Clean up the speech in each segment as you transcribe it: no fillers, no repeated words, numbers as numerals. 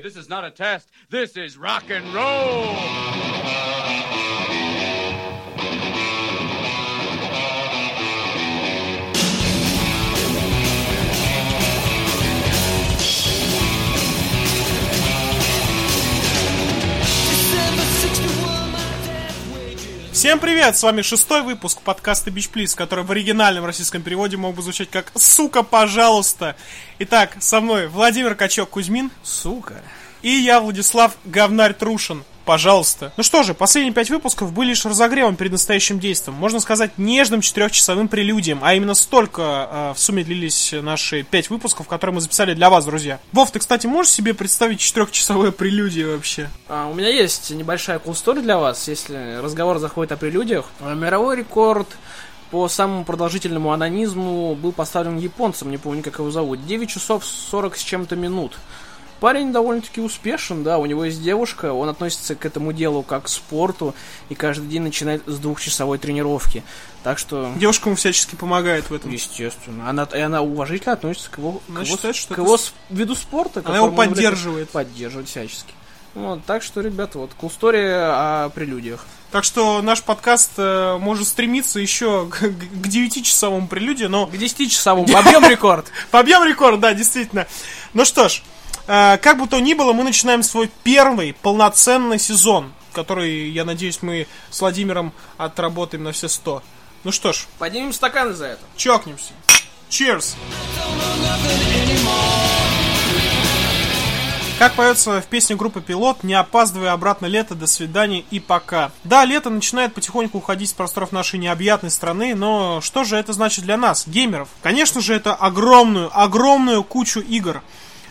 This is not a test. This is rock and roll. Всем привет, с вами 6-й выпуск подкаста Beach Please, который в оригинальном российском переводе мог бы звучать как «Сука, пожалуйста». Итак, со мной Владимир Качок-Кузьмин. Сука. И я, Владислав Говнарь Трушин. Пожалуйста. Ну что же, последние 5 выпусков были лишь разогревом перед настоящим действием. Можно сказать, нежным 4-часовым прелюдием. А именно столько в сумме длились наши 5 выпусков, которые мы записали для вас, друзья. Вов, ты, кстати, можешь себе представить 4-часовое прелюдие вообще? У меня есть небольшая cool story для вас, если разговор заходит о прелюдиях. Мировой рекорд по самому продолжительному анонизму был поставлен японцем, не помню, как его зовут. 9 часов 40 с чем-то минут. Парень довольно-таки успешен, да, у него есть девушка, он относится к этому делу как к спорту и каждый день начинает с 2-часовой тренировки. Так что... Девушка ему всячески помогает в этом. Естественно. Она уважительно относится к его, считает, к его виду спорта. Она его поддерживает. Поддерживает всячески. Вот, так что, ребята, вот, cool story о прелюдиях. Так что наш подкаст может стремиться еще к 9-часовому прелюдию, но... К 10-часовому. Побьем рекорд. Побьем рекорд, да, действительно. Ну что ж, как бы то ни было, мы начинаем свой первый полноценный сезон, который, я надеюсь, мы с Владимиром отработаем на все 100. Ну что ж. Поднимем стаканы за это. Чокнемся. Cheers. Как поется в песне группы «Пилот», не опаздывай обратно лето, до свидания и пока. Да, лето начинает потихоньку уходить с просторов нашей необъятной страны, но что же это значит для нас, геймеров? Конечно же, это огромную кучу игр.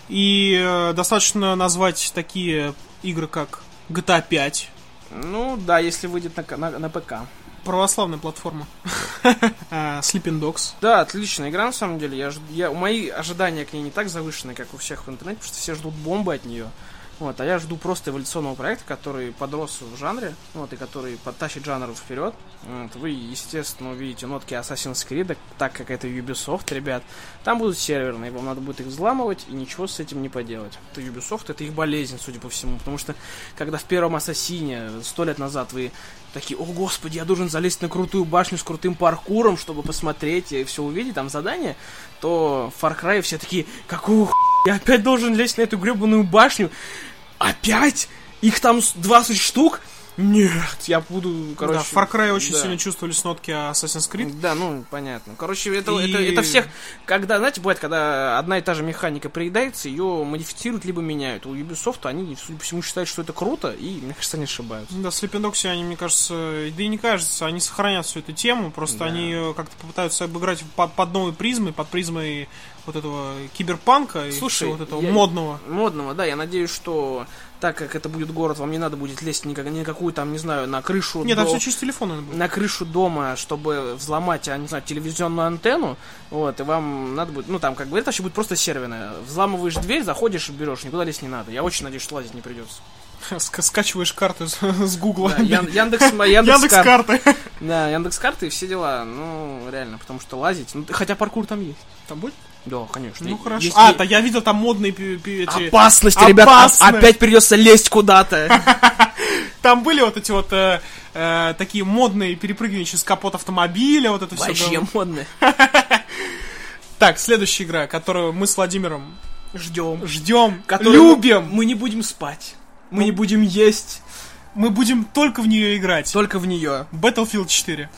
И достаточно назвать такие игры, как GTA 5. Ну да, если выйдет на ПК. Православная платформа. Sleeping Dogs. Да, отличная игра, на самом деле. Мои ожидания к ней не так завышены, как у всех в интернете, потому что все ждут бомбы от нее. Вот, а я жду просто эволюционного проекта, который подрос в жанре, вот, и который подтащит жанр вперед. Вот, вы, естественно, увидите нотки Assassin's Creed, так как это Ubisoft, ребят. Там будут серверные, вам надо будет их взламывать, и ничего с этим не поделать. Это Ubisoft, это их болезнь, судя по всему. Потому что, когда в первом Ассасине 100 лет назад вы такие: о господи, я должен залезть на крутую башню с крутым паркуром, чтобы посмотреть и все увидеть, там задание, то в Far Cry все такие: какого хуя, я опять должен лезть на эту гребаную башню? Опять? Их там 20 штук? Нет, я буду, короче... Да, в Far Cry очень сильно чувствовались нотки Assassin's Creed. Да, ну, понятно. Короче, это всех... Когда, знаете, бывает, когда одна и та же механика приедается, ее модифицируют, либо меняют. У Ubisoft они, судя по всему, считают, что это круто, и, мне кажется, они ошибаются. Да, Sleeping Dogs, они, мне кажется, да и не кажется, они сохранят всю эту тему, просто они как-то попытаются обыграть под новой призмой, под призмой вот этого киберпанка. Слушай, и всего вот этого модного. Модного, да, я надеюсь, что... Так как это будет город, вам не надо будет лезть ни на какую там, не знаю, на крышу... Нет, там все через телефон надо будет. На крышу дома, чтобы взломать, я не знаю, телевизионную антенну. Вот, и вам надо будет... Ну, там, как бы, это вообще будет просто серверная. Взламываешь дверь, заходишь и берешь. Никуда лезть не надо. Я очень надеюсь, что лазить не придется. Скачиваешь карты с Гугла. Да, Яндекс.Карты. Да, Яндекс.Карты и все дела. Ну, реально, потому что лазить... Ну, хотя паркур там есть. Там будет? Да, конечно. Ну хорошо. Да, я видел там модные эти... Опасности, ребята, опять придется лезть куда-то. Там были вот эти вот такие модные перепрыгивания через капот автомобиля, вот это все. Вообще модные. Так, следующая игра, которую мы с Владимиром ждем, любим. Мы не будем спать, мы не будем есть, мы будем только в нее играть. Только в нее. Battlefield 4.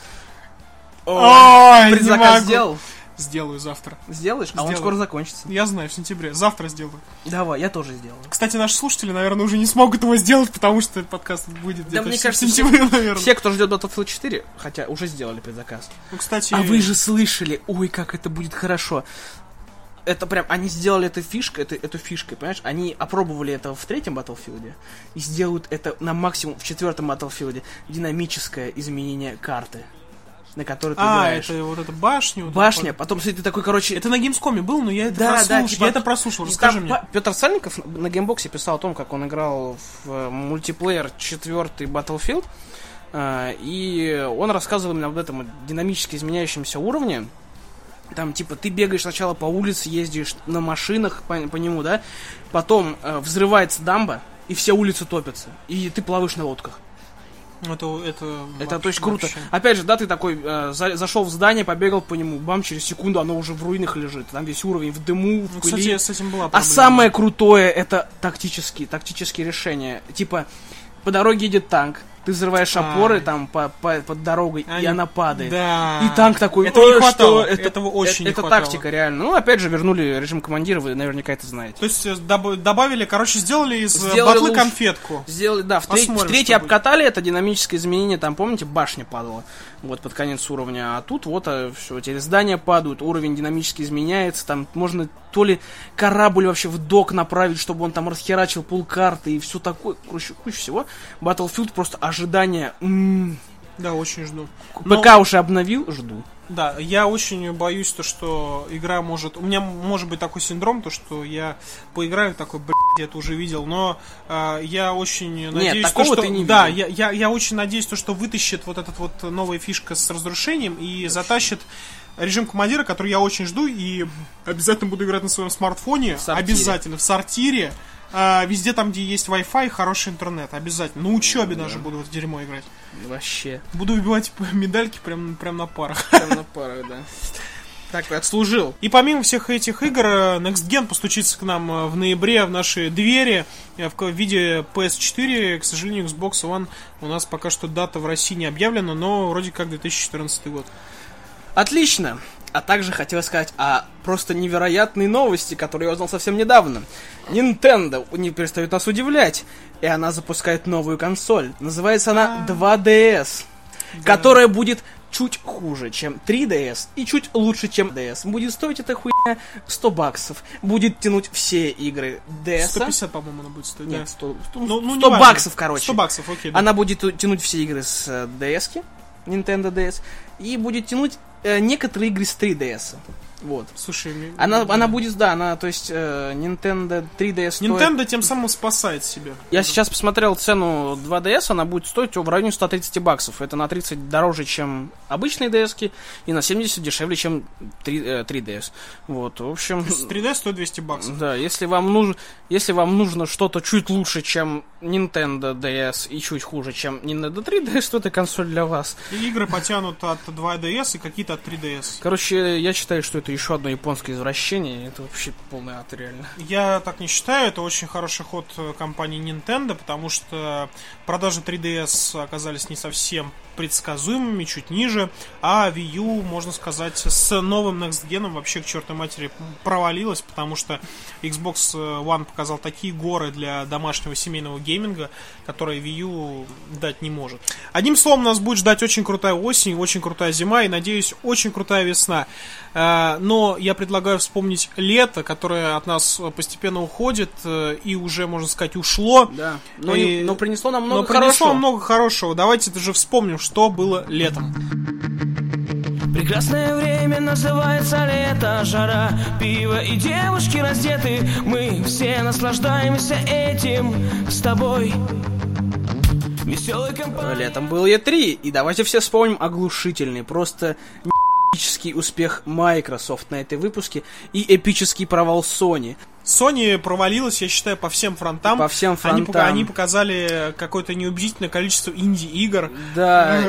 Ой, предзаказ сделал? Сделаю завтра. Сделаешь? А он скоро закончится. Я знаю, в сентябре. Завтра сделаю. Давай, я тоже сделаю. Кстати, наши слушатели, наверное, уже не смогут его сделать, потому что этот подкаст будет где-то мне в кажется, сентябре, наверное. Все, кто ждет Battlefield 4, хотя уже сделали предзаказ. Ну, кстати... А вы же слышали, ой, как это будет хорошо. Это прям, они сделали эту фишкой, понимаешь? Они опробовали это в 3-м Battlefield и сделают это на максимум в 4-м Battlefield. Динамическое изменение карты, на которой ты играешь. Это вот эта башня. Башня, потом, кстати, ты такой, короче... Это на Gamescom был, но я это прослушал. Типа, я это прослушал, расскажи мне. Петр Сальников на Геймбоксе писал о том, как он играл в мультиплеер 4-й Battlefield, и он рассказывал именно об этом динамически изменяющемся уровне, Там, типа, ты бегаешь сначала по улице, ездишь на машинах по нему, да? Потом взрывается дамба, и все улицы топятся. И ты плаваешь на лодках. Это то есть круто. Вообще. Опять же, да, ты такой зашел в здание, побегал по нему, бам, через секунду оно уже в руинах лежит. Там весь уровень в дыму, в пыли. Кстати, с этим была проблема. А самое крутое это тактические решения. Типа, по дороге едет танк, ты взрываешь опоры там под дорогой, и она падает. Да. И танк такой, этого не хватало. Этого очень не это хватало. тактика, реально. Ну, опять же, вернули режим командира, вы наверняка это знаете. То есть добавили, сделали из батлы конфетку. Сделали, да, в третьей обкатали это динамическое изменение, там, помните, башня падала, вот, под конец уровня, а тут вот все, эти здания падают, уровень динамически изменяется, там можно то ли корабль вообще в док направить, чтобы он там расхерачил пул-карты и все такое, куча всего. Battlefield просто ожидание. Да, очень жду. ПК уже обновил, жду. Да, я очень боюсь, что игра может... У меня может быть такой синдром, что я поиграю такой, я это уже видел, но я очень надеюсь... Нет, такого ты не видел. Да, я очень надеюсь, что вытащит вот эта вот новая фишка с разрушением и затащит режим командира, который я очень жду, и обязательно буду играть на своем смартфоне. Обязательно, в сортире. Везде там, где есть Wi-Fi, хороший интернет. Обязательно. На учебе даже буду в это дерьмо играть. Вообще. Буду выбивать медальки прям на парах. Прям на парах, да. Так, отслужил. И помимо всех этих игр, Next Gen постучится к нам в ноябре в наши двери в виде PS4. К сожалению, Xbox One у нас пока что дата в России не объявлена, но вроде как 2014 год. Отлично. А также хотел сказать о просто невероятной новости, которую я узнал совсем недавно. Nintendo не перестает нас удивлять, и она запускает новую консоль. Называется она 2DS, которая будет чуть хуже, чем 3DS, и чуть лучше, чем DS. Будет стоить эта хуйня $100. Будет тянуть все игры DS. 150, по-моему, она будет стоить. Нет, да. 100 баксов, короче. 100 баксов, окей. Да. Она будет тянуть все игры с DS-ки, Nintendo DS, и будет тянуть некоторые игры с 3DS. Вот. Слушай, она будет, да, она, то есть, Nintendo 3DS стоит... Nintendo тем самым спасает себя. Я сейчас посмотрел цену 2DS, она будет стоить в районе $130. Это на 30 дороже, чем обычные DS-ки, и на 70 дешевле, чем 3DS. Вот, в общем... 3DS стоит $200. Да, если вам нужно что-то чуть лучше, чем Nintendo DS, и чуть хуже, чем Nintendo 3DS, то это консоль для вас. И игры потянут от 2DS и какие-то от 3DS. Короче, я считаю, что это еще одно японское извращение. Это вообще полный ад, реально. Я так не считаю. Это очень хороший ход компании Nintendo, потому что продажи 3DS оказались не совсем предсказуемыми, чуть ниже, а Wii U, можно сказать, с новым Next Gen вообще к чертовой матери провалилась, потому что Xbox One показал такие горы для домашнего семейного гейминга, которые Wii U дать не может. Одним словом, нас будет ждать очень крутая осень, очень крутая зима и, надеюсь, очень крутая весна. Но я предлагаю вспомнить лето, которое от нас постепенно уходит и уже, можно сказать, ушло. Да, но принесло нам много хорошего. Принесло нам много хорошего. Давайте даже вспомним, что было летом. Прекрасное время называется лето, жара, пиво и девушки раздеты. Мы все наслаждаемся этим с тобой. Веселой компанией. Летом был E3, и давайте все вспомним оглушительный, просто эпический успех Microsoft на этой выпуске и эпический провал Sony. Sony провалилась, я считаю, по всем фронтам. По всем фронтам. Они показали какое-то неубедительное количество инди-игр. Да,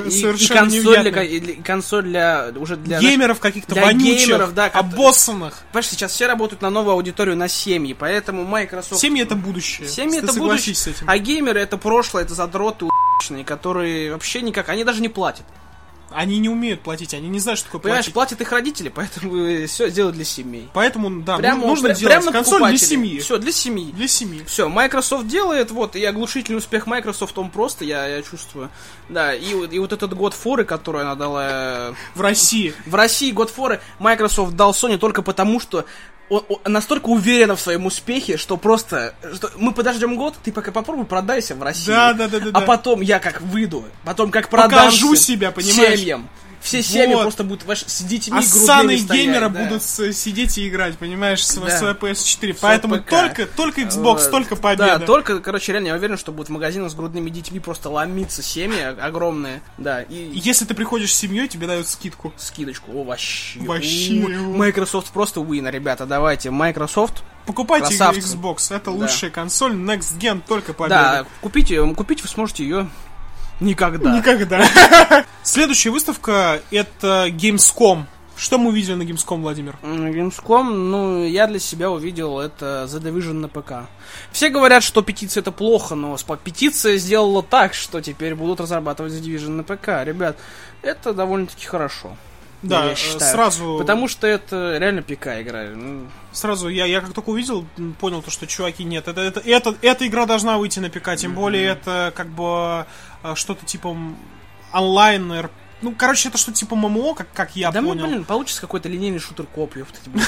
и консоль для геймеров каких-то вонючих, геймеров, да, обоссанных. Понимаешь, сейчас все работают на новую аудиторию, на семьи, поэтому Microsoft... Семьи — это будущее. Семьи — это будущее, с этим. А геймеры — это прошлое, это задроты у***чные, которые вообще никак... Они даже не платят. Они не умеют платить, они не знают, что такое понимаешь, платить. Платят их родители, поэтому все делают для семей. Поэтому, да, прямо, нужно делать консоль для семьи. Все, для семьи. Для семьи. Все, Microsoft делает, вот, и оглушительный успех Microsoft, он просто, я чувствую. Да, и вот этот год форы, который она дала... В России. В России год форы Microsoft дал Sony только потому, что он настолько уверена в своем успехе, что просто... Что мы подождем год, ты пока попробуй продайся в России. Да. А потом я как выйду, потом как продамся покажу себя, понимаешь? Семьям. все семьи просто будут с детьми грудными Ассаны стоять. геймера Да. будут сидеть и играть, понимаешь, с Да. своей PS4. Поэтому ПК. только Xbox, только победа. Да, только, короче, реально, я уверен, что будут в магазинах с грудными детьми просто ломиться семьи огромные. Да, и Если ты приходишь с семьей, тебе дают скидку. скидочку. О, вообще. Вообще. Microsoft просто win, ребята, давайте. Microsoft. Покупайте Красавцы. Xbox, это Да. лучшая консоль, Next Gen, только победа. Да, купить вы сможете ее никогда. Никогда. Следующая выставка это Gamescom. Что мы увидели на Gamescom, Владимир? Gamescom, я для себя увидел это The Division на ПК. Все говорят, что петиция это плохо, но петиция сделала так, что теперь будут разрабатывать The Division на ПК. Ребят, это довольно-таки хорошо. Да, я считаю. сразу... Потому что это реально ПК игра. Сразу я как только увидел, понял, то, что, чуваки, нет, эта игра должна выйти на ПК, тем более это как бы что-то типа онлайн, короче, это что-то типа ММО, как я понял. Получится какой-то линейный шутер копию.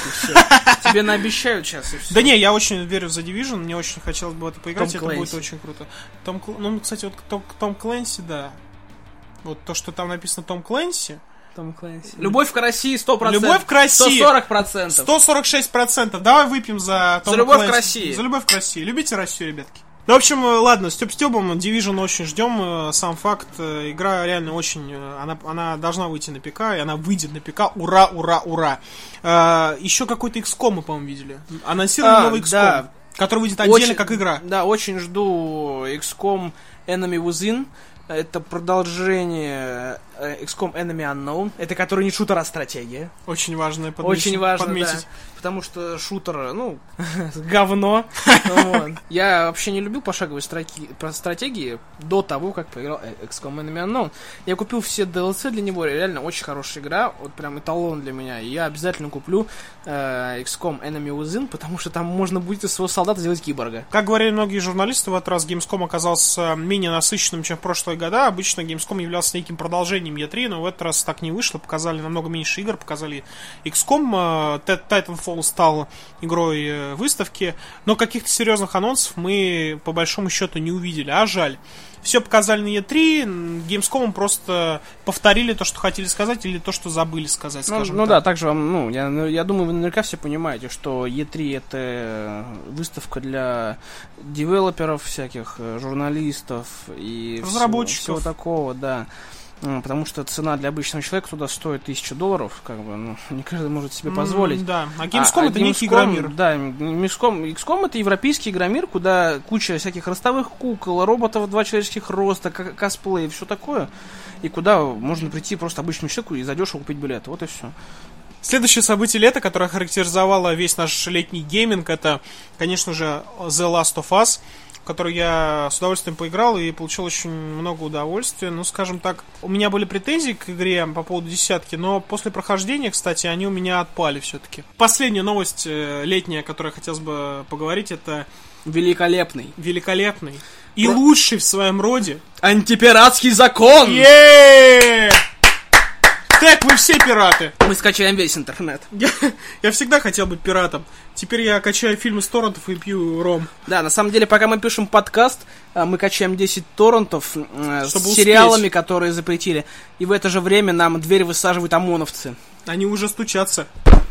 Тебе наобещают сейчас и все. Да не, я очень верю в The Division, мне очень хотелось бы в это поиграть, Том это будет Клэнси. очень круто. Кстати, вот Том Клэнси, да. Вот то, что там написано Том Клэнси. Том Клэнси. Любовь к России 100%. Любовь к России. 140%. 146%. Давай выпьем за Том За любовь Клэнси. к России. За любовь к России. Любите Россию, ребятки. Ну, в общем, ладно, Стёбом Division очень ждем. Сам факт, игра реально очень... Она должна выйти на ПК, и она выйдет на ПК. Ура, ура, ура. Еще какой-то XCOM мы, по-моему, видели. Анонсировали новый XCOM, да. который выйдет отдельно как игра. Да, очень жду XCOM Enemy Within. Это продолжение XCOM Enemy Unknown. Это который не шутер, а стратегия. Очень важно Очень важно, подметить. да. Потому что шутер, говно. Вот. Я вообще не любил пошаговые стратегии до того, как поиграл XCOM Enemy Unknown. Я купил все DLC для него, реально очень хорошая игра, вот прям эталон для меня. И я обязательно куплю XCOM Enemy Within, потому что там можно будет из своего солдата сделать киборга. Как говорили многие журналисты, в этот раз Gamescom оказался менее насыщенным, чем в прошлые года. Обычно Gamescom являлся неким продолжением E3, но в этот раз так не вышло. Показали намного меньше игр, показали XCOM, Titanfall стал игрой выставки, но каких-то серьезных анонсов мы по большому счету не увидели, а жаль. Все показали на E3, Gamescom просто повторили то, что хотели сказать, или то, что забыли сказать, скажем так. Да, также вам, я думаю, вы наверняка все понимаете, что E3 это выставка для девелоперов всяких, журналистов и разработчиков. Всего такого, да. Потому что цена для обычного человека туда стоит $1000, как бы, не каждый может себе позволить. Да, а Gamescom это некий игромир. Да, XCOM это европейский игромир, куда куча всяких ростовых кукол, роботов 2 человеческих роста, косплей, все такое. И куда можно прийти просто обычному человеку и задешево купить билеты. Вот и все. Следующее событие лета, которое характеризовало весь наш летний гейминг, это, конечно же, The Last of Us, в который я с удовольствием поиграл и получил очень много удовольствия. Скажем так, у меня были претензии к игре по поводу десятки, но после прохождения, кстати, они у меня отпали все-таки. Последняя новость летняя, о которой хотелось бы поговорить, это... Великолепный и лучший в своем роде антипиратский закон! Так, вы все пираты. Мы скачаем весь интернет. Я всегда хотел быть пиратом. Теперь я качаю фильмы с торрентов и пью ром. Да, на самом деле, пока мы пишем подкаст, мы качаем 10 торрентов с успеть. сериалами, которые запретили. И в это же время нам дверь высаживают ОМОНовцы. Они уже стучатся.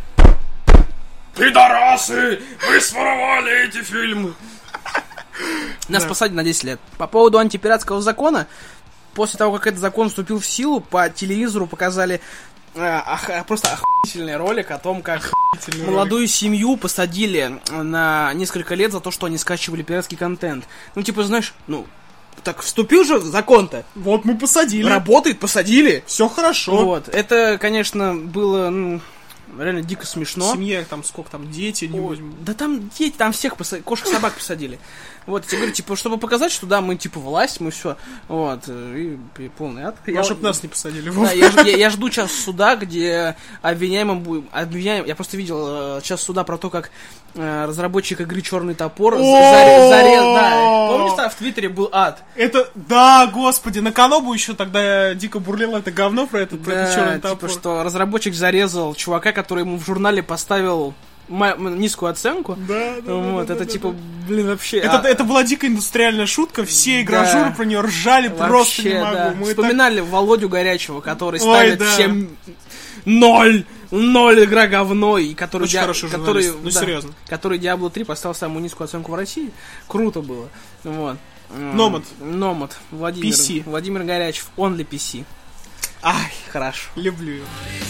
Пидорасы! Вы своровали эти фильмы! Нас посадят на 10 лет. По поводу антипиратского закона, после того, как этот закон вступил в силу, по телевизору показали просто охуительный ролик о том, как молодую семью посадили на несколько лет за то, что они скачивали пиратский контент. Знаешь, так вступил же закон-то. Вот мы посадили. Работает, посадили. Все хорошо. Вот, это, конечно, было реально дико смешно. В семье там сколько там, дети? Да там дети, там всех посадили, кошек-собак посадили. Вот, я тебе говорю, чтобы показать, что да, мы власть, мы все. Вот, и полный ад. Чтоб нас не посадили. Да, я жду час суда, где обвиняемым будет... Я просто видел час суда про то, как разработчик игры «Черный топор» зарезал... Да, помнишь, там в Твиттере был ад? Это, да, господи, на Канобу еще тогда дико бурлило это говно про этот «Черный топор». Что разработчик зарезал чувака, который ему в журнале поставил низкую оценку. Да, Вот, это типа, блин, вообще... Это была дикая индустриальная шутка, все игражуры про нее ржали, просто не могу. Да. Мы Вспоминали Володю Горячего, который Ой, ставит да. всем 0 игра говно, и который... Очень хороший журналист, ну серьезно. Который Diablo 3 поставил самую низкую оценку в России. Круто было. Вот. Номад. PC. Владимир Горячев. Only PC. Ай, Хорошо. люблю его.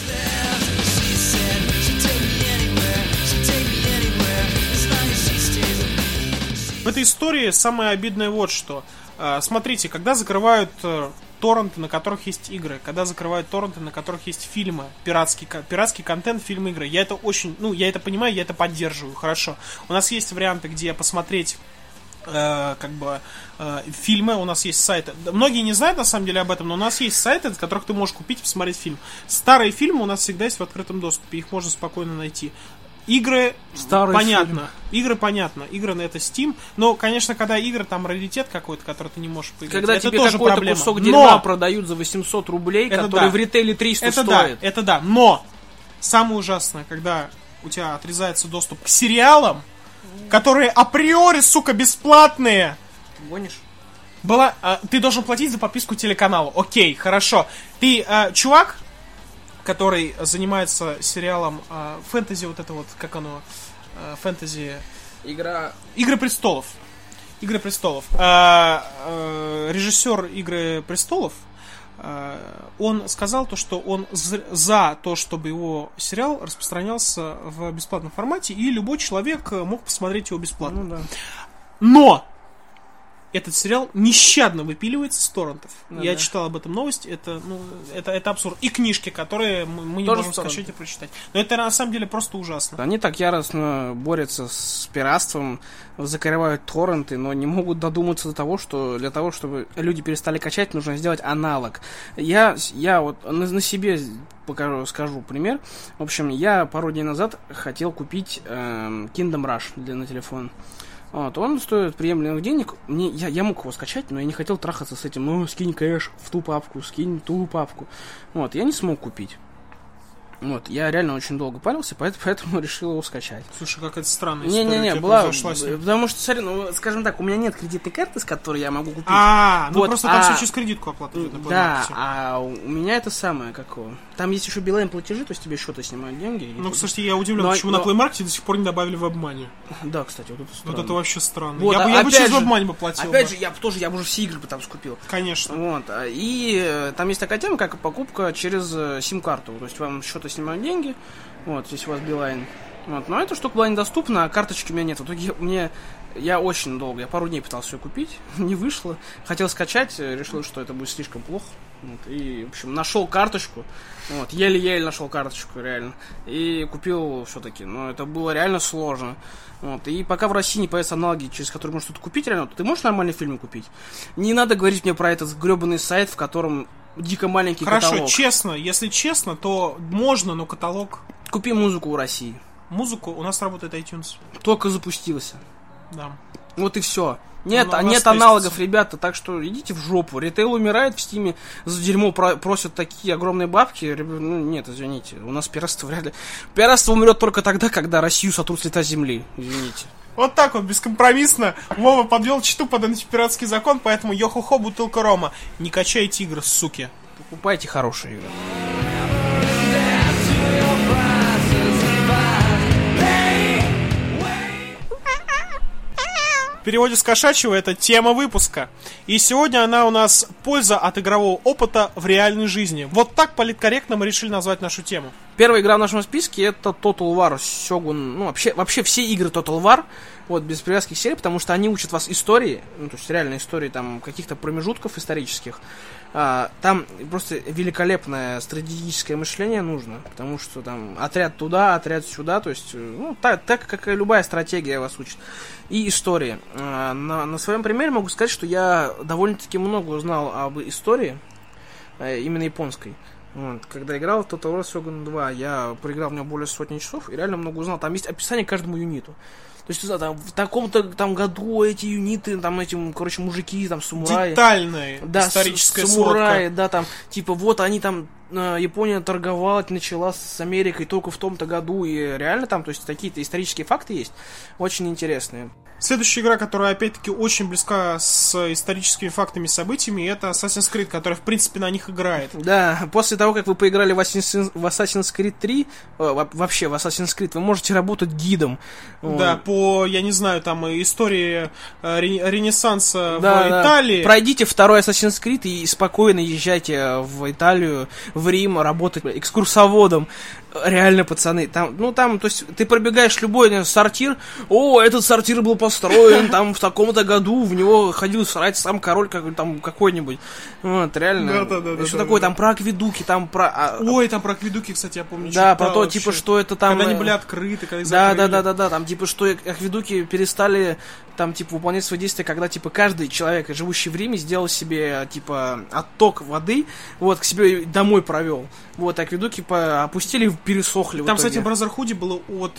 В этой истории самое обидное вот что. Смотрите, когда закрывают торренты, на которых есть игры, когда закрывают торренты, на которых есть фильмы, пиратский контент, фильмы, игры, я это очень, я это понимаю, я это поддерживаю, хорошо. У нас есть варианты, где посмотреть фильмы, у нас есть сайты. Многие не знают на самом деле об этом, но у нас есть сайты, с которых ты можешь купить и посмотреть фильм. Старые фильмы у нас всегда есть в открытом доступе, их можно спокойно найти. Игры понятно. Игры понятно. Игры на это Steam. Но, конечно, когда игры, там раритет какой-то, который ты не можешь поиграть. Когда это тебе тоже какой-то проблема. кусок дерьма продают за 800 рублей, Это который да. в ритейле 300 это стоит. Да, это да. Но самое ужасное, когда у тебя отрезается доступ к сериалам, которые априори, сука, бесплатные. Гонишь? Ты должен платить за подписку телеканалу. Окей, хорошо. Ты чувак, который занимается сериалом фэнтези, вот это вот, как оно, фэнтези... Игры престолов. Режиссер Игры престолов, он сказал то, что он за то, чтобы его сериал распространялся в бесплатном формате, и любой человек мог посмотреть его бесплатно. Ну, да. Но этот сериал нещадно выпиливается с торрентов. Ну, Я да. читал об этом новость, это абсурд. И книжки, которые мы не Тоже можем в торрентах. скачать и прочитать. Но это на самом деле просто ужасно. Они так яростно борются с пиратством, закрывают торренты, но не могут додуматься до того, что для того, чтобы люди перестали качать, нужно сделать аналог. Я вот на себе скажу пример. В общем, я пару дней назад хотел купить Kingdom Rush на телефон. Вот, он стоит приемлемых денег. Я мог его скачать, но я не хотел трахаться с этим. Ну, скинь кэш в ту папку, скинь ту папку. Вот, я не смог купить. Вот, я реально очень долго парился, поэтому решил его скачать. Слушай, как это странная история. Не-не-не, потому что, смотри, скажем так, у меня нет кредитной карты, с которой я могу купить. Просто там все через кредитку оплатывают. Да, а у меня это самое, там есть еще Билайн платежи, то есть тебе счета снимают деньги. Ну, кстати, я удивлен, почему на Play Market до сих пор не добавили WebMoney. Да, кстати, вот это странно. Вот это вообще странно. Вот, я бы через WebMoney бы платил. Опять же, я бы уже все игры бы там скупил. Конечно. Вот, и там есть такая тема, как покупка через сим-карту. То есть вам с счета снимают деньги, вот, если у вас Билайн. Вот, но эта штука была недоступна, а карточки у меня нет. В итоге я очень долго, я пару дней пытался ее купить, не вышло. Хотел скачать, решил, что это будет слишком плохо. Вот, и, в общем, нашел карточку. Вот, еле-еле нашел карточку, реально. И купил все-таки. Но это было реально сложно. Вот, и пока в России не появятся аналоги, через которые можно что-то купить, реально, то ты можешь нормальный фильм купить. Не надо говорить мне про этот гребаный сайт, в котором дико маленький каталог. Хорошо, честно, если честно, то можно, но каталог... Купи музыку в России. Музыку у нас работает iTunes. Только запустился. Да. Вот и все. Нет тестится. аналогов, ребята, так что идите в жопу. Ритейл умирает в Стиме, за дерьмо просят такие огромные бабки. Ну, нет, извините, у нас пиратство вряд ли. Пиратство умрет только тогда, когда Россию сотрут с лица земли. Извините. Вот так вот, бескомпромиссно. Вова подвел читу под антипиратский закон, поэтому йо-хо-хо, бутылка рома. Не качайте игры, суки. Покупайте хорошие игры. В переводе с кошачьего это тема выпуска. И сегодня она у нас «Польза от игрового опыта в реальной жизни». Вот так политкорректно мы решили назвать нашу тему. Первая игра в нашем списке это Total War Shogun. Ну, вообще все игры Total War, вот, без привязки к серии, потому что они учат вас истории, ну, то есть реальной истории, там, каких-то промежутков исторических. Там просто великолепное стратегическое мышление нужно, потому что там отряд туда, отряд сюда, то есть, ну, так как и любая стратегия вас учит. И истории. На своем примере могу сказать, что я довольно-таки много узнал об истории, именно японской. Вот. Когда играл в Total War Shogun 2, я проиграл в него более 100 часов и реально много узнал. Там есть описание каждому юниту. То есть, там, в таком-то там году эти юниты, там эти, мужики, там, самураи. Детальная да, историческая самураи, сводка. да, там, типа, вот они там Япония торговала, начала с Америкой только в том-то году, и реально там, то есть, какие-то исторические факты есть, очень интересные. Следующая игра, которая, опять-таки, очень близка с историческими фактами и событиями, это Assassin's Creed, которая, в принципе, на них играет. Да, после того, как вы поиграли в Assassin's Creed 3, вообще в Assassin's Creed, вы можете работать гидом. Да, по, я не знаю, там, истории Ренессанса в Италии. Да. Пройдите второй Assassin's Creed и спокойно езжайте в Италию, в Рим, работать экскурсоводом. Реально, пацаны, там, то есть, ты пробегаешь любой сортир, этот сортир был построен, там, в таком-то году, в него ходил срать сам король какой-нибудь. Вот, реально. Да. Что такое, там, про акведуки, там, про... Ой, там про акведуки, кстати, я помню. Да, про то, вообще. Типа, что это там... Когда они были открыты, когда их закрыли. Да, там, типа, что акведуки перестали, там, типа, выполнять свои действия, когда, типа, каждый человек, живущий в Риме, сделал себе, типа, отток воды, вот, к себе домой провел. Вот, акведуки опустили, пересохли. Там, кстати, в Brotherhood было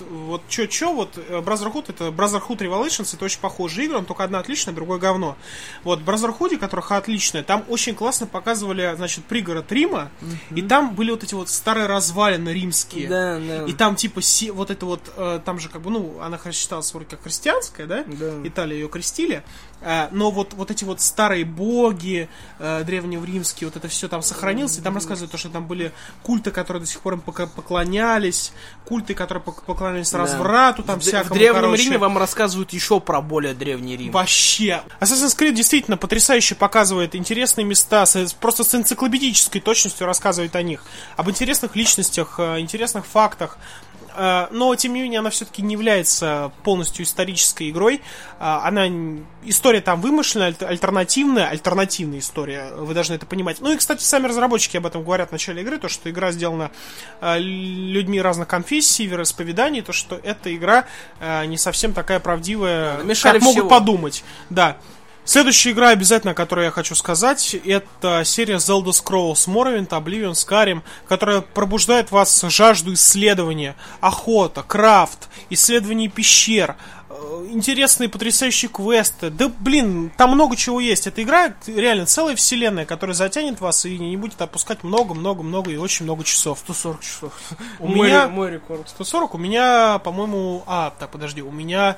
Brotherhood, это Brotherhood Revelations, это очень похожая игра, но только одна отличная, другое говно. Вот, в Brotherhood, которых отличная, там очень классно показывали, значит, пригород Рима, и там были вот эти вот старые развалины римские. Да. И там, типа, вот это вот, там же, как бы, она считалась вроде как христианская, да? Италия ее крестили. Но вот эти вот старые боги древнеримские, вот это все там сохранилось, и там рассказывают то, что там были культы, которые до сих пор им поклонялись, культы, которые поклонялись разврату, там всякому, в Древнем Риме вам рассказывают еще про более Древний Рим. Вообще. Assassin's Creed действительно потрясающе показывает интересные места, просто с энциклопедической точностью рассказывает о них, об интересных личностях, интересных фактах. Но, тем не менее, она все-таки не является полностью исторической игрой. История там вымышленная, альтернативная история, вы должны это понимать. Ну и, кстати, сами разработчики об этом говорят в начале игры, то, что игра сделана людьми разных конфессий, вероисповеданий, то, что эта игра не совсем такая правдивая, как могут подумать. Да. Следующая игра, обязательно, о которой я хочу сказать, это серия The Elder Scrolls Morrowind, Oblivion, Skyrim, которая пробуждает в вас жажду исследования, охота, крафт, исследование пещер, интересные, потрясающие квесты. Да, блин, там много чего есть. Эта игра реально целая вселенная, которая затянет вас и не будет опускать много и очень много часов. 140 часов. Мой рекорд. 140, у меня, по-моему... у меня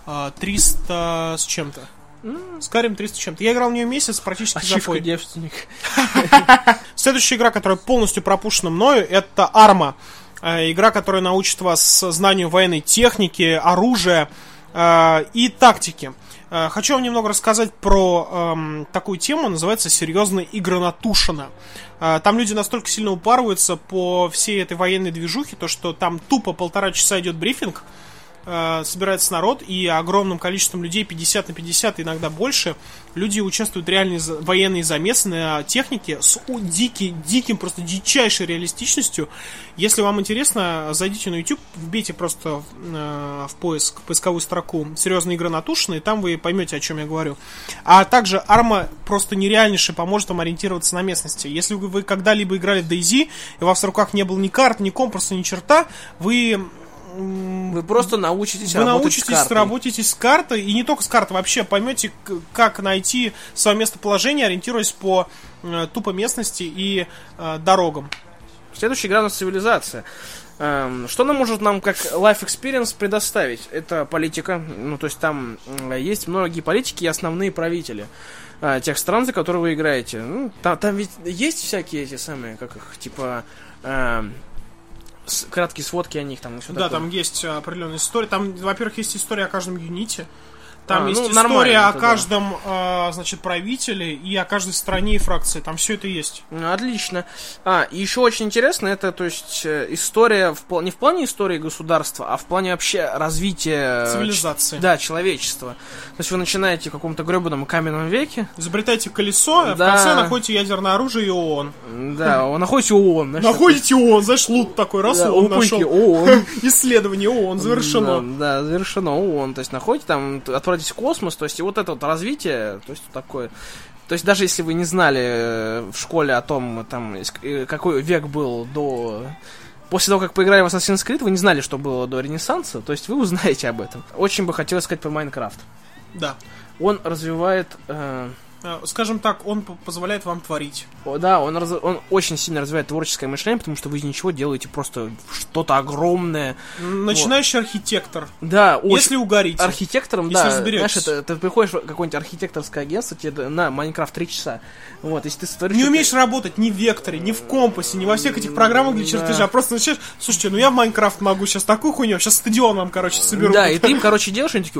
300 с чем-то. Skyrim 300 чем-то. Я играл в нее месяц, практически запой. Девственник. Следующая игра, которая полностью пропущена мною, это Arma. Игра, которая научит вас знанию военной техники, оружия и тактики. Хочу вам немного рассказать про такую тему, называется «Серьезная игра Натушина». Там люди настолько сильно упарываются по всей этой военной движухе, то что там тупо 1,5 часа идет брифинг, собирается народ, и огромным количеством людей, 50 на 50, иногда больше, люди участвуют в реальной военной замесы на технике с диким, просто дичайшей реалистичностью. Если вам интересно, зайдите на YouTube, вбейте просто в поисковую строку «Серьезные игры Натушина», и там вы поймете, о чем я говорю. А также Arma просто нереальнейше поможет вам ориентироваться на местности. Если вы когда-либо играли в DayZ, и у вас в руках не было ни карты, ни компаса, ни черта, вы просто научитесь работать с картой, и не только с картой, вообще поймете, как найти свое местоположение, ориентируясь по тупо местности и дорогам. Следующая игра у нас «Цивилизация». Что она может нам как life experience предоставить? Это политика, то есть там есть многие политики и основные правители тех стран, за которые вы играете. Там ведь есть всякие эти самые, как их, типа... краткие сводки о них там. Да, там есть определенная история. Там, во-первых, есть история о каждом юните. Там есть история о каждом, значит, правителе и о каждой стране и фракции. Там все это есть. Отлично. И еще очень интересно, это, то есть, история не в плане истории государства, а в плане вообще развития цивилизации. Да, человечества. То есть вы начинаете в каком-то гребаном каменном веке. Изобретаете колесо, а в конце находите ядерное оружие и ООН. Да, находите ООН. Находите ООН, знаешь, лут такой, раз, ООН нашел. Исследование ООН завершено. Да, завершено ООН. То есть находите там, отправитесь в космос, то есть и вот это вот развитие, то есть такое. То есть даже если вы не знали в школе о том, там, какой век был до... После того, как поиграли в Assassin's Creed, вы не знали, что было до Ренессанса, то есть вы узнаете об этом. Очень бы хотелось сказать про Майнкрафт. Да. Он развивает скажем так, он позволяет вам творить. Да, он очень сильно развивает творческое мышление, потому что вы из ничего делаете просто что-то огромное. Начинающий архитектор. Да, если угорите. Архитектором, если да. разберетесь. Знаешь, ты приходишь в какое-нибудь архитекторское агентство, тебе на Майнкрафт 3 часа. Вот, если ты сотворишь... Не умеешь работать ни в векторе, ни в компасе, ни во всех этих программах для чертежа, а просто начинаешь, слушайте, я в Майнкрафт могу сейчас такую хуйню, сейчас стадион вам, соберу. Да, и ты им, делаешь, они такие,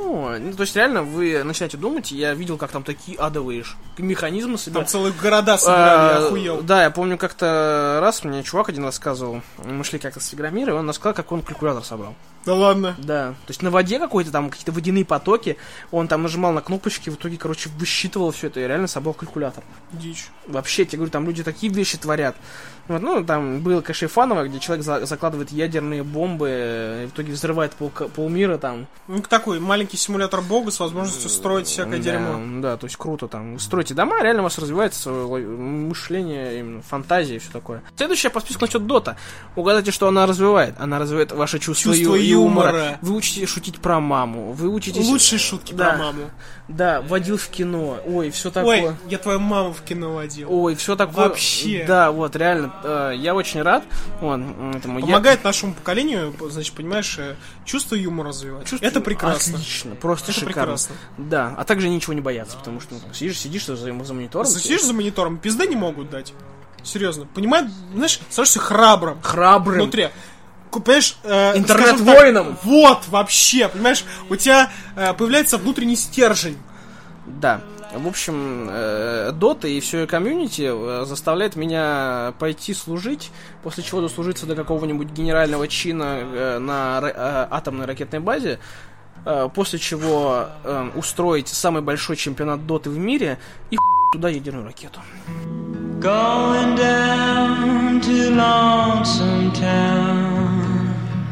то есть реально вы начинаете думать, я видел, как там такие адовые механизмы собирают. Там целые города собирали, я охуел. Да, я помню, как-то раз мне чувак один рассказывал, мы шли как-то с Игромира, и он рассказал, как он калькулятор собрал. Да ладно? Да, то есть на воде какой-то там, какие-то водяные потоки, он там нажимал на кнопочки, в итоге, высчитывал все это и реально собрал калькулятор. Дичь. Вообще, я тебе говорю, там люди такие вещи творят. Вот, там было, конечно, фаново, где человек закладывает ядерные бомбы, и в итоге взрывает полмира там. Такой маленький симулятор бога с возможностью строить всякое дерьмо. Да, то есть круто там. Строите дома, реально у вас развивается мышление, именно фантазия и все такое. Следующее по списку насчет Дота. Угадайте, что она развивает. Она развивает ваше чувство юмора. Вы учитесь шутить про маму. Вы учитесь... Лучшие шутки про маму. Да, водил в кино. Ой, все такое. Ой, я твою маму в кино водил. Ой, все такое. Вообще. Да, вот, реально. Я очень рад. Помогает нашему поколению, значит, понимаешь, чувство юмора развивать. Это прекрасно. Отлично, просто это шикарно. Прекрасно. Да, а также ничего не бояться, потому что сидишь за монитором. Сидишь за монитором, пизды не могут дать. Серьезно. Понимаешь, становишься храбрым. Внутри. Понимаешь, интернет-воином. Вот, вообще, понимаешь, у тебя появляется внутренний стержень. Да. В общем, Дота и все комьюнити заставляет меня пойти служить, после чего дослужиться до какого-нибудь генерального чина на атомной ракетной базе, после чего устроить самый большой чемпионат Доты в мире и туда ядерную ракету. Going down to Lonesome Town,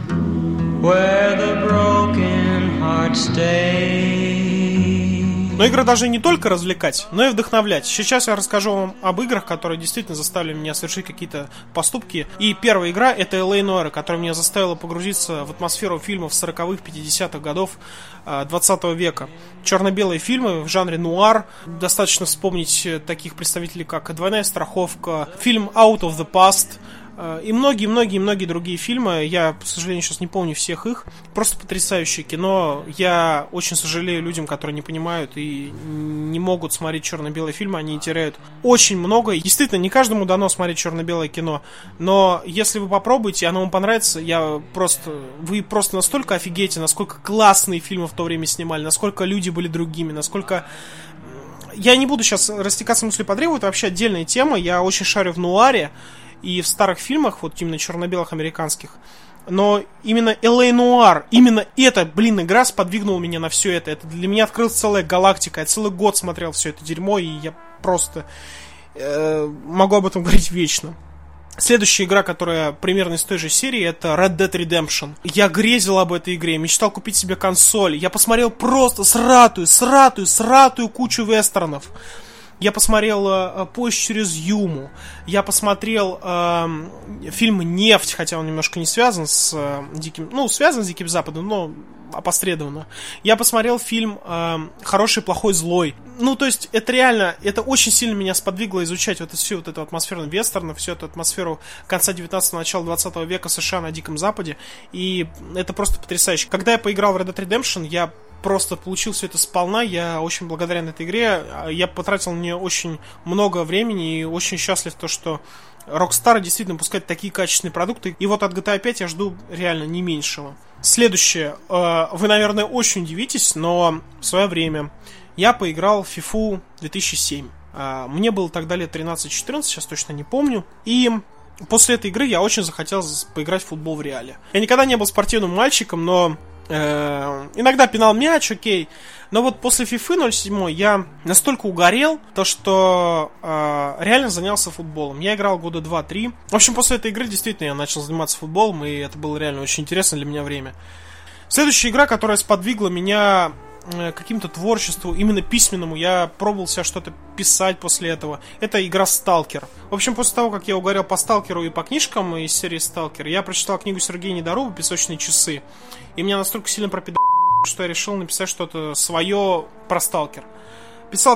where the broken heart stays. Но игры должны не только развлекать, но и вдохновлять. Сейчас я расскажу вам об играх, которые действительно заставили меня совершить какие-то поступки. И первая игра — это L.A. Noire, которая меня заставила погрузиться в атмосферу фильмов 40-х, 50-х годов 20 века. Черно-белые фильмы в жанре нуар. Достаточно вспомнить таких представителей, как «Двойная страховка», фильм «Out of the Past», и многие другие фильмы. Я, к сожалению, сейчас не помню всех их. Просто потрясающее кино. Я очень сожалею людям, которые не понимают и не могут смотреть черно-белые фильмы. Они теряют очень много. Действительно, не каждому дано смотреть черно-белое кино. Но если вы попробуете, оно вам понравится, вы просто настолько офигеете, насколько классные фильмы в то время снимали, насколько люди были другими, насколько... Я не буду сейчас растекаться мыслью по древу, это вообще отдельная тема. Я очень шарю в нуаре и в старых фильмах, вот именно черно-белых американских. Но именно L.A. Noire, именно эта, игра сподвигнула меня на все это. Это для меня открылась целая галактика. Я целый год смотрел все это дерьмо, и я просто могу об этом говорить вечно. Следующая игра, которая примерно из той же серии, это Red Dead Redemption. Я грезил об этой игре, мечтал купить себе консоль. Я посмотрел просто сратую кучу вестернов. Я посмотрел «Поезд через Юму». Я посмотрел фильм «Нефть», хотя он немножко не связан с Диким... связан с Диким Западом, но опосредованно. Я посмотрел фильм «Хороший, плохой, злой». То есть, это реально, это очень сильно меня сподвигло изучать всю эту атмосферу вестерна, всю эту атмосферу конца 19-го, начала 20 века США на Диком Западе. И это просто потрясающе. Когда я поиграл в Red Dead Redemption, я просто получил все это сполна. Я очень благодарен этой игре. Я потратил на нее очень много времени и очень счастлив, что Rockstar действительно выпускает такие качественные продукты. И вот от GTA 5 я жду реально не меньшего. Следующее. Вы, наверное, очень удивитесь, но в свое время я поиграл в FIFA 2007. Мне было тогда лет 13-14, сейчас точно не помню. И после этой игры я очень захотел поиграть в футбол в реале. Я никогда не был спортивным мальчиком, но иногда пинал мяч, окей. Но вот после FIFA 07 я настолько угорел, что реально занялся футболом. Я играл года 2-3. В общем, после этой игры действительно я начал заниматься футболом, и это было реально очень интересно для меня время. Следующая игра, которая сподвигла меня каким-то творчеству, именно письменному, я пробовал себя что-то писать после этого. Это игра Stalker. В общем, после того, как я угорел по Сталкеру и по книжкам из серии Stalker, я прочитал книгу Сергея Недорова «Песочные часы». И меня настолько сильно пропидало, что я решил написать что-то свое про Stalker. Писал,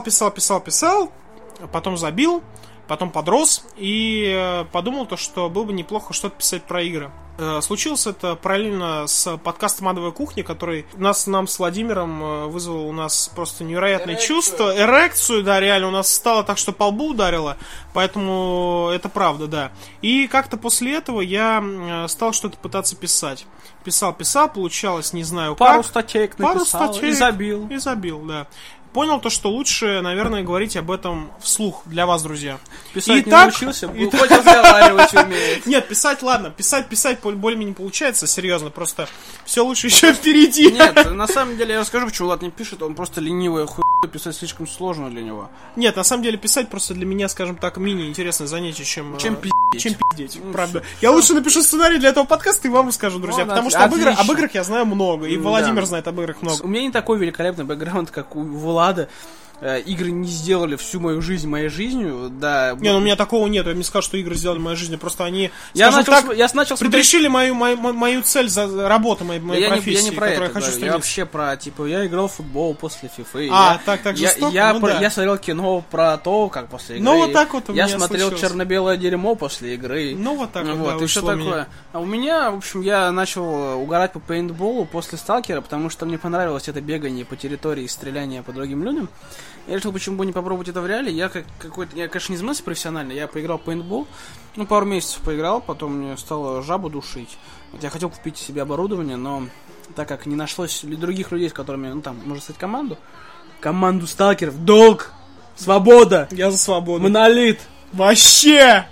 потом забил, потом подрос и подумал, что было бы неплохо что-то писать про игры. Случилось это параллельно с подкастом «Адовая кухня», который нам с Владимиром вызвал у нас просто невероятное чувство. Эрекцию, да, реально. У нас стало так, что по лбу ударило. Поэтому это правда, да. И как-то после этого я стал что-то пытаться писать. Писал, получалось, не знаю как. Пару статейк написал и забил. И забил, да. Понял то, что лучше, наверное, говорить об этом вслух для вас, друзья. Писать не научился, хоть разговаривать умеет. Нет, писать, ладно, писать более-менее получается, серьезно, просто все лучше еще впереди. Нет, на самом деле, я расскажу, почему Влад не пишет, он просто ленивый хуй, писать слишком сложно для него. Нет, на самом деле, писать просто для меня, скажем так, менее интересное занятие, чем пиздеть, правда. Я лучше напишу сценарий для этого подкаста и вам расскажу, друзья, потому что об играх я знаю много, и Владимир знает об играх много. У меня не такой великолепный бэкграунд, как у Влада. Игры не сделали всю мою жизнь моей жизнью, да. Не, ну у меня такого нет, я не скажу, что игры сделали мою жизнь, просто они, я начал предрешили мою цель за работу моей профессии, я не про которую это я хочу стремиться. Я вообще про, я играл в футбол после фифы. Так жестоко? Я смотрел кино про то, как после игры. Ну вот так вот у меня Я смотрел черно-белое дерьмо после игры. Ну вот так вот, и все такое. А у меня, в общем, я начал угорать по пейнтболу после Сталкера, потому что мне понравилось это бегание по территории и стреляние по другим людям. Я решил, почему бы не попробовать это в реале. Я, конечно, не занимался профессионально. Я поиграл в пейнтбол. Пару месяцев поиграл, потом мне стало жабу душить. Я хотел купить себе оборудование, но так как не нашлось других людей, с которыми, можно сказать, команду сталкеров, долг, свобода. Я за свободу. Монолит. Вообще!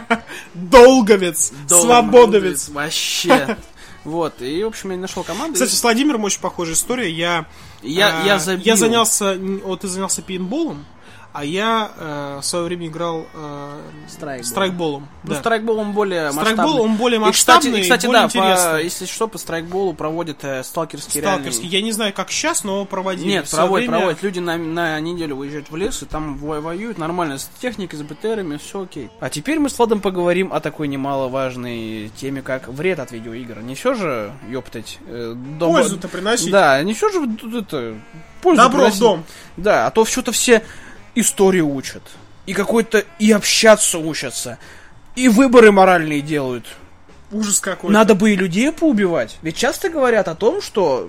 Долговец. Свободовец. Вообще. Вот, и, в общем, я нашел команду. Кстати, с Владимиром очень похожая история. Я занялся, ты занялся пейнтболом, а я в свое время играл страйкболом. Да. Страйкболом более масштабный. Страйкбол, он более масштабный и кстати, более интересный. Если что, по страйкболу проводят сталкерские реальные. Я не знаю, как сейчас, но проводили. Нет, проводят. Люди на неделю выезжают в лес и там воюют нормально с техникой, с БТРами, все окей. А теперь мы с Владом поговорим о такой немаловажной теме, как вред от видеоигр. Не все же, ёптать, пользу-то приносить. Да, не все же пользу добро приносить. В дом. Да, а то что-то все историю учат. И какой-то и общаться учатся. И выборы моральные делают. Ужас какой-то. Надо бы и людей поубивать. Ведь часто говорят о том, что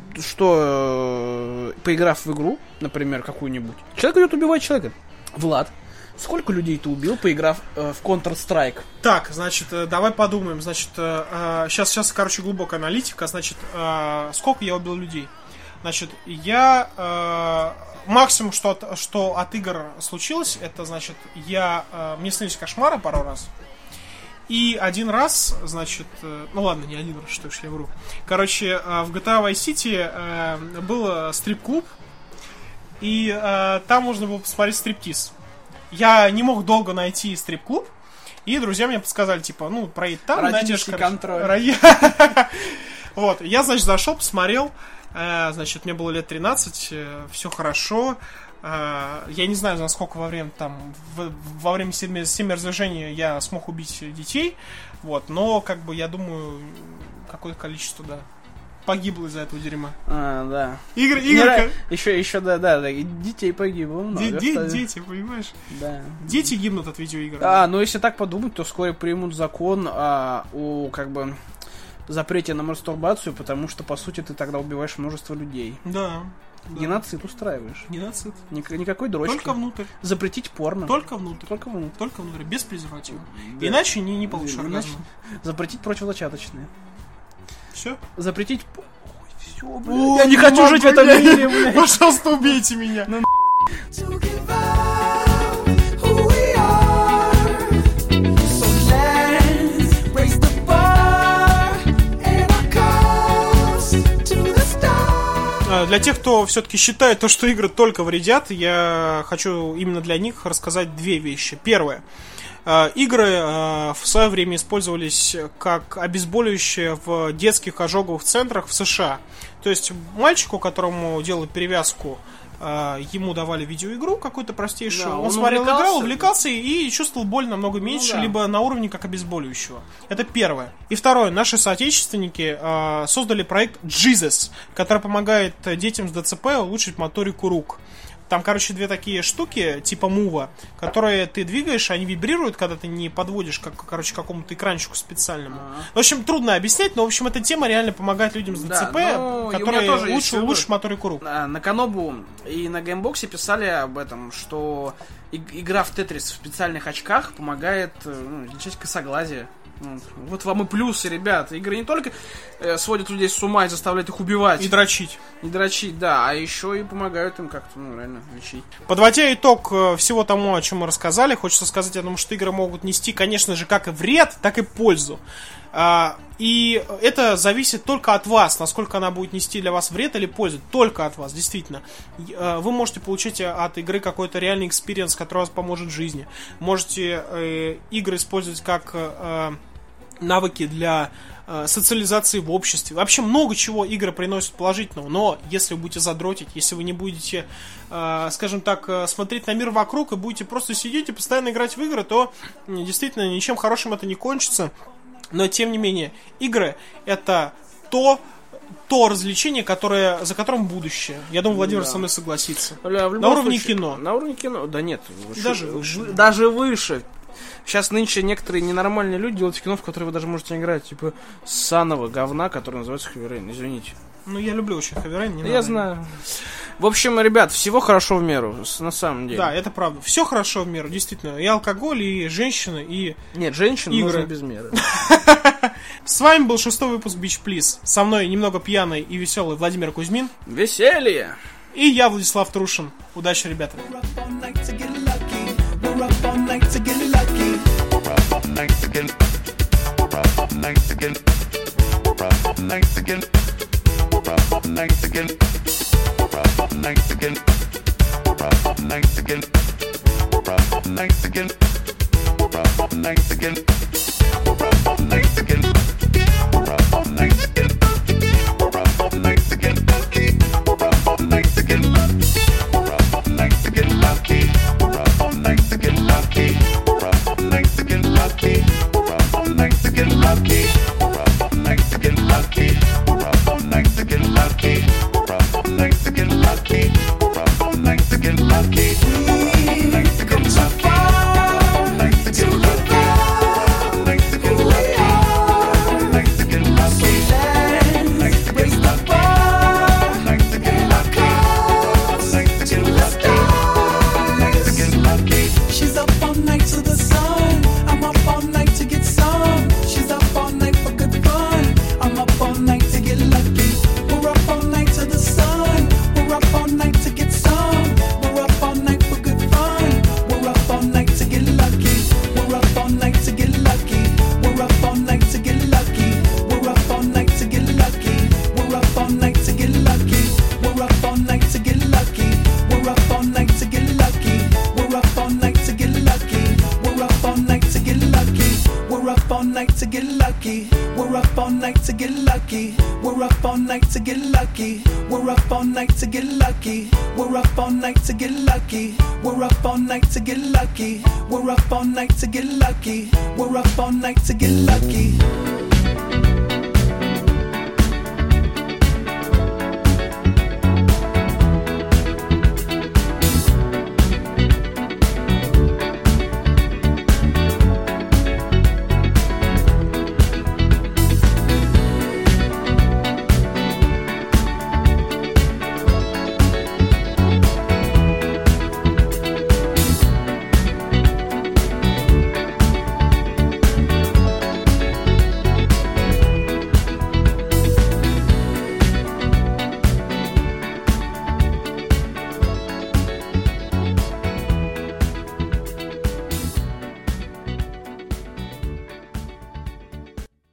поиграв в игру, например, какую-нибудь, человек идет убивать человека. Влад, сколько людей ты убил, поиграв в Counter-Strike? Так, значит, давай подумаем. Значит, сейчас, глубокая аналитика. Значит, сколько я убил людей? Значит, я... максимум, что от игр случилось, это, значит, мне снились кошмары пару раз. И один раз, значит... ну ладно, не один раз, что ж я вру. Короче, в GTA Vice City был стрип-клуб, и там можно было посмотреть стриптиз. Я не мог долго найти стрип-клуб, и друзья мне подсказали, проедь там, найдешь... контроль. Вот, я, значит, зашел, посмотрел... Значит, мне было лет 13, все хорошо. Я не знаю, насколько во время семяразвержения я смог убить детей. Вот, но, я думаю, какое-то количество, да, погибло из-за этого дерьма. Да. Игры. Еще, да, детей погибло много. Дети, понимаешь? Да. Дети гибнут от видеоигр. Но если так подумать, то вскоре примут закон о, запрете на мастурбацию, потому что, по сути, ты тогда убиваешь множество людей. Да. Геноцид устраиваешь. Геноцид. Никакой дрочки. Только внутрь. Запретить порно. Только внутрь, без презерватива. Да. Иначе не получишь оргазма. Запретить противозачаточные. Все? Запретить... Все, я не хочу жить в этом мире, блядь. Пожалуйста, убейте меня. Для тех, кто все-таки считает то, что игры только вредят, я хочу именно для них рассказать две вещи. Первое. Игры в свое время использовались как обезболивающее в детских ожоговых центрах в США. То есть мальчику, которому делали перевязку, ему давали видеоигру какую-то простейшую, да, он смотрел, играл, увлекался и чувствовал боль намного меньше, либо на уровне как обезболивающего. Это первое. И второе, наши соотечественники создали проект Jesus, который помогает детям с ДЦП улучшить моторику рук. Там, короче, две такие штуки, типа мува, которые ты двигаешь, они вибрируют, когда ты не подводишь, короче, к какому-то экранчику специальному. В общем, трудно объяснять, но, в общем, эта тема реально помогает людям с ДЦП, которые улучшат моторику рук. На Канобу и на Геймбоксе писали об этом, что игра в Тетрис в специальных очках помогает лечить косоглазие. Вот вам и плюсы, ребят. Игры не только сводят людей с ума и заставляют их убивать. И дрочить. И дрочить, да. А еще и помогают им как-то, реально, лечить. Подводя итог всего тому, о чем мы рассказали, хочется сказать о том, что игры могут нести, конечно же, как и вред, так и пользу. И это зависит только от вас, насколько она будет нести для вас вред или пользу. Только от вас, действительно. Вы можете получить от игры какой-то реальный экспириенс, который вас поможет в жизни. Можете игры использовать как навыки для социализации в обществе. Вообще много чего игры приносят положительного, но если вы будете задротить, если вы не будете, скажем так, смотреть на мир вокруг и будете просто сидеть и постоянно играть в игры, то действительно ничем хорошим это не кончится. Но тем не менее, игры это то развлечение, за которым будущее. Я думаю, Владимир со мной согласится. На уровне кино. На уровне кино, да нет. Даже выше. Даже выше. Сейчас нынче некоторые ненормальные люди делают кино, в которое вы даже можете играть. Типа санного говна, который называется Heavy Rain. Извините. Ну, я люблю очень Heavy Rain. Не я знаю. В общем, ребят, всего хорошо в меру, на самом деле. Да, это правда. Все хорошо в меру, действительно. И алкоголь, и женщины, и нет, женщин игры. можно без меры. С вами был 6-й выпуск Beach Please. Со мной немного пьяный и веселый Владимир Кузьмин. Веселье! И я, Владислав Трушин. Удачи, ребята. We're up all night to get lucky.